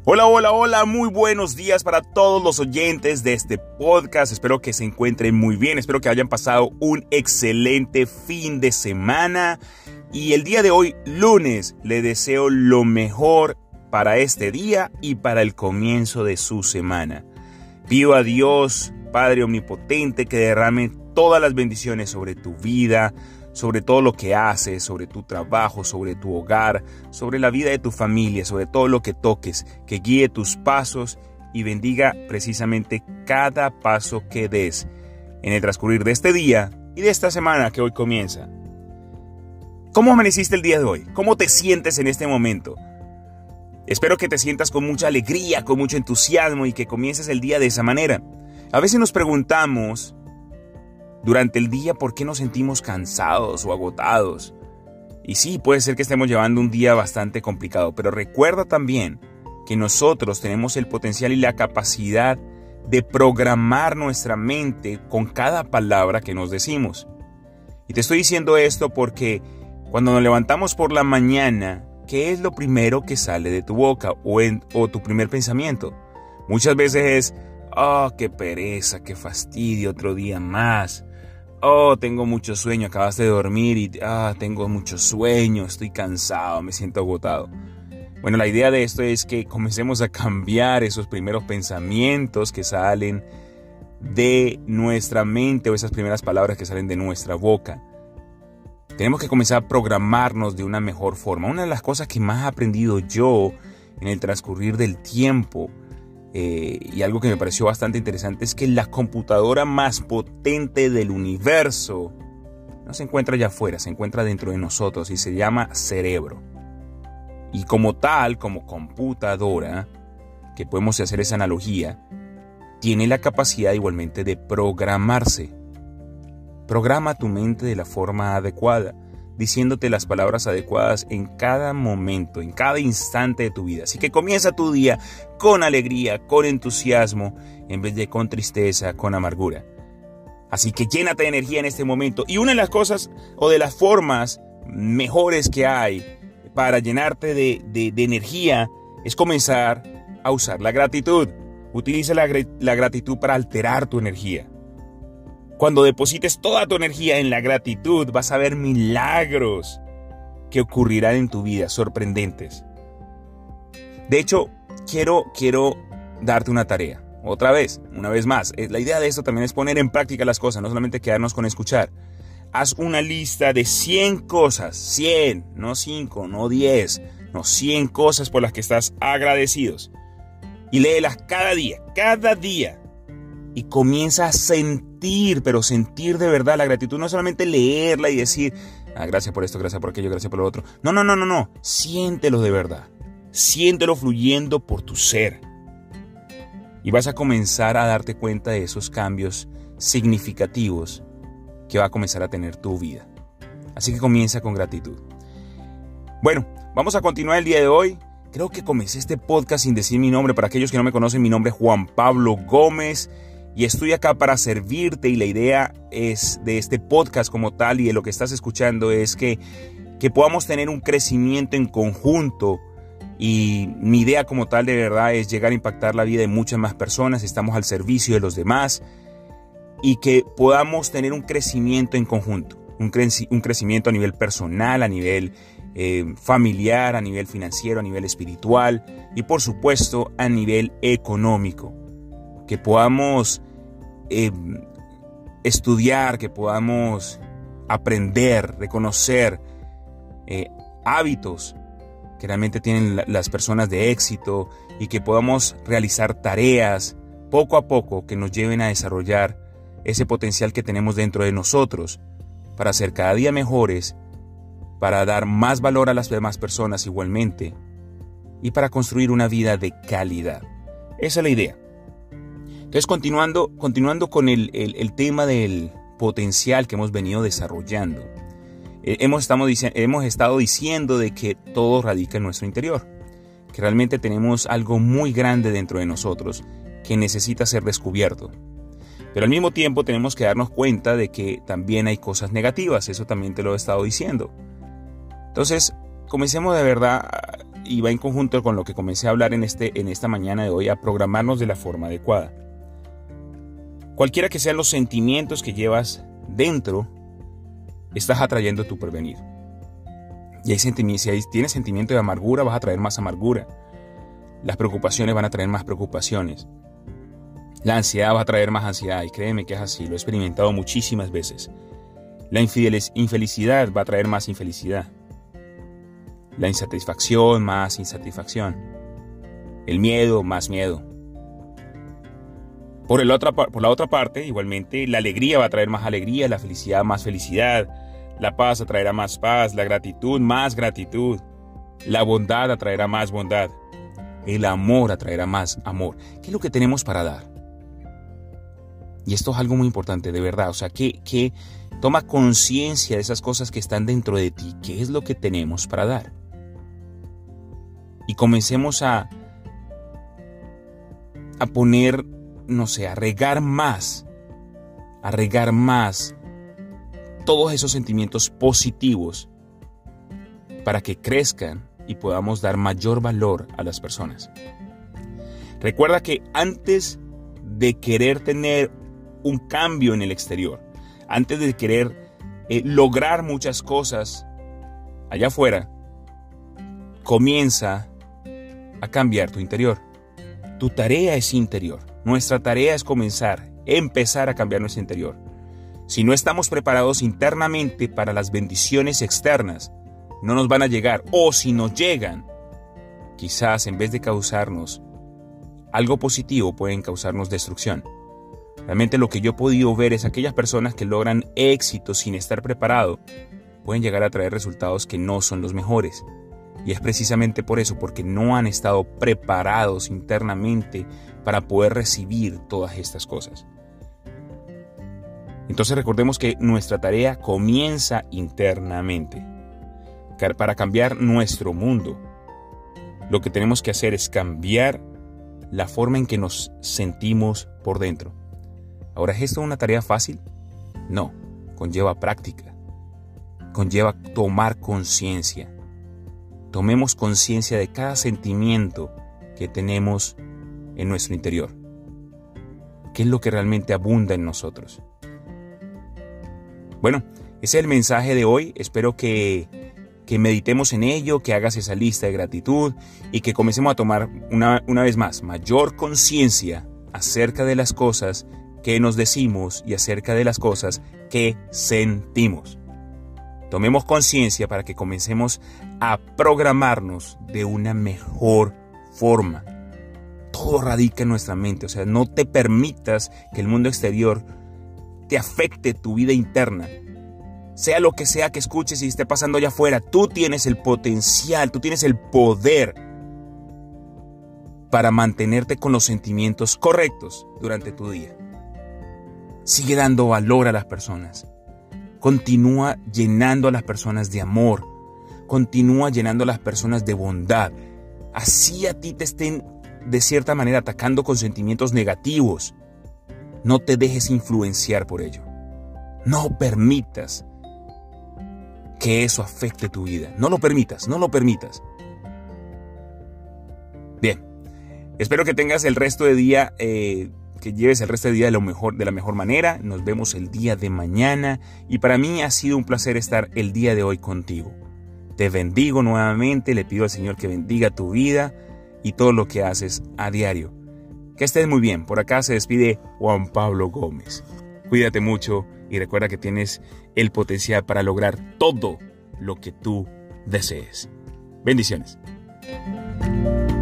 Hola, hola, hola, muy buenos días para todos los oyentes de este podcast. Espero que se encuentren muy bien, espero que hayan pasado un excelente fin de semana. Y el día de hoy, lunes, le deseo lo mejor para este día y para el comienzo de su semana. Pido a Dios, Padre Omnipotente, que derrame todas las bendiciones sobre tu vida, sobre todo lo que haces, sobre tu trabajo, sobre tu hogar, sobre la vida de tu familia, sobre todo lo que toques, que guíe tus pasos y bendiga precisamente cada paso que des en el transcurrir de este día y de esta semana que hoy comienza. ¿Cómo amaneciste el día de hoy? ¿Cómo te sientes en este momento? Espero que te sientas con mucha alegría, con mucho entusiasmo y que comiences el día de esa manera. A veces nos preguntamos durante el día por qué nos sentimos cansados o agotados. Y sí, puede ser que estemos llevando un día bastante complicado, pero recuerda también que nosotros tenemos el potencial y la capacidad de programar nuestra mente con cada palabra que nos decimos. Y te estoy diciendo esto porque cuando nos levantamos por la mañana, ¿qué es lo primero que sale de tu boca o tu primer pensamiento? Muchas veces es, qué pereza, qué fastidio, otro día más. Tengo mucho sueño, acabaste de dormir y tengo mucho sueño, estoy cansado, me siento agotado. Bueno, la idea de esto es que comencemos a cambiar esos primeros pensamientos que salen de nuestra mente o esas primeras palabras que salen de nuestra boca. Tenemos que comenzar a programarnos de una mejor forma. Una de las cosas que más he aprendido yo en el transcurrir del tiempo y algo que me pareció bastante interesante es que la computadora más potente del universo no se encuentra allá afuera, se encuentra dentro de nosotros y se llama cerebro. Y como tal, como computadora, que podemos hacer esa analogía, tiene la capacidad igualmente de programarse. Programa tu mente de la forma adecuada, diciéndote las palabras adecuadas en cada momento, en cada instante de tu vida. Así que comienza tu día con alegría, con entusiasmo, en vez de con tristeza, con amargura. Así que llénate de energía en este momento. Y una de las cosas o de las formas mejores que hay para llenarte de energía es comenzar a usar la gratitud. Utiliza la gratitud para alterar tu energía. Cuando deposites toda tu energía en la gratitud, vas a ver milagros que ocurrirán en tu vida, sorprendentes. De hecho, quiero darte una tarea. Otra vez, una vez más. La idea de esto también es poner en práctica las cosas, no solamente quedarnos con escuchar. Haz una lista de 100 cosas, 100, no 5, no 10, no 100 cosas por las que estás agradecidos. Y léelas cada día. Y comienza a sentir, pero sentir de verdad la gratitud. No solamente leerla y decir, gracias por esto, gracias por aquello, gracias por lo otro. No. Siéntelo de verdad. Siéntelo fluyendo por tu ser. Y vas a comenzar a darte cuenta de esos cambios significativos que va a comenzar a tener tu vida. Así que comienza con gratitud. Bueno, vamos a continuar el día de hoy. Creo que comencé este podcast sin decir mi nombre. Para aquellos que no me conocen, mi nombre es Juan Pablo Gómez. Y estoy acá para servirte y la idea es de este podcast como tal y de lo que estás escuchando es que podamos tener un crecimiento en conjunto y mi idea como tal de verdad es llegar a impactar la vida de muchas más personas, estamos al servicio de los demás y que podamos tener un crecimiento en conjunto, un crecimiento a nivel personal, a nivel familiar, a nivel financiero, a nivel espiritual y por supuesto a nivel económico. Que podamos estudiar, que podamos aprender, reconocer hábitos que realmente tienen las personas de éxito y que podamos realizar tareas poco a poco que nos lleven a desarrollar ese potencial que tenemos dentro de nosotros para ser cada día mejores, para dar más valor a las demás personas igualmente y para construir una vida de calidad. Esa es la idea. Entonces, continuando con el tema del potencial que hemos venido desarrollando, hemos estado diciendo de que todo radica en nuestro interior, que realmente tenemos algo muy grande dentro de nosotros que necesita ser descubierto. Pero al mismo tiempo tenemos que darnos cuenta de que también hay cosas negativas, eso también te lo he estado diciendo. Entonces, comencemos de verdad y va en conjunto con lo que comencé a hablar en esta mañana de hoy, a programarnos de la forma adecuada. Cualquiera que sean los sentimientos que llevas dentro, estás atrayendo tu porvenir. Y si tienes sentimiento de amargura, vas a traer más amargura. Las preocupaciones van a traer más preocupaciones. La ansiedad va a traer más ansiedad, y créeme que es así, lo he experimentado muchísimas veces. La infelicidad va a traer más infelicidad. La insatisfacción, más insatisfacción. El miedo, más miedo. Por la otra parte, igualmente, la alegría va a traer más alegría, la felicidad, más felicidad. La paz atraerá más paz, la gratitud, más gratitud. La bondad atraerá más bondad. El amor atraerá más amor. ¿Qué es lo que tenemos para dar? Y esto es algo muy importante, de verdad. O sea, que toma conciencia de esas cosas que están dentro de ti. ¿Qué es lo que tenemos para dar? Y comencemos a poner, no sé, a regar más todos esos sentimientos positivos para que crezcan y podamos dar mayor valor a las personas. Recuerda que antes de querer tener un cambio en el exterior, antes de querer lograr muchas cosas allá afuera, comienza a cambiar tu interior. Tu tarea es interior. Nuestra tarea es empezar a cambiar nuestro interior. Si no estamos preparados internamente para las bendiciones externas, no nos van a llegar. O si nos llegan, quizás en vez de causarnos algo positivo, pueden causarnos destrucción. Realmente lo que yo he podido ver es aquellas personas que logran éxito sin estar preparado, pueden llegar a traer resultados que no son los mejores. Y es precisamente por eso, porque no han estado preparados internamente para poder recibir todas estas cosas. Entonces recordemos que nuestra tarea comienza internamente. Para cambiar nuestro mundo, lo que tenemos que hacer es cambiar la forma en que nos sentimos por dentro. Ahora, ¿es esto una tarea fácil? No, conlleva práctica, conlleva tomar conciencia. Tomemos conciencia de cada sentimiento que tenemos en nuestro interior. ¿Qué es lo que realmente abunda en nosotros? Bueno, ese es el mensaje de hoy. Espero que meditemos en ello, que hagas esa lista de gratitud y que comencemos a tomar una vez más mayor conciencia acerca de las cosas que nos decimos y acerca de las cosas que sentimos. Tomemos conciencia para que comencemos a programarnos de una mejor forma. Todo radica en nuestra mente, o sea, no te permitas que el mundo exterior te afecte tu vida interna. Sea lo que sea que escuches y esté pasando allá afuera, tú tienes el potencial, tú tienes el poder para mantenerte con los sentimientos correctos durante tu día. Sigue dando valor a las personas. Continúa llenando a las personas de amor. Continúa llenando a las personas de bondad. Así a ti te estén de cierta manera atacando con sentimientos negativos. No te dejes influenciar por ello. No permitas que eso afecte tu vida. No lo permitas. Bien. Espero que tengas el resto de día, que lleves el resto del día de la mejor manera. Nos vemos el día de mañana. Y para mí ha sido un placer estar el día de hoy contigo. Te bendigo nuevamente. Le pido al Señor que bendiga tu vida y todo lo que haces a diario. Que estés muy bien. Por acá se despide Juan Pablo Gómez. Cuídate mucho y recuerda que tienes el potencial para lograr todo lo que tú desees. Bendiciones.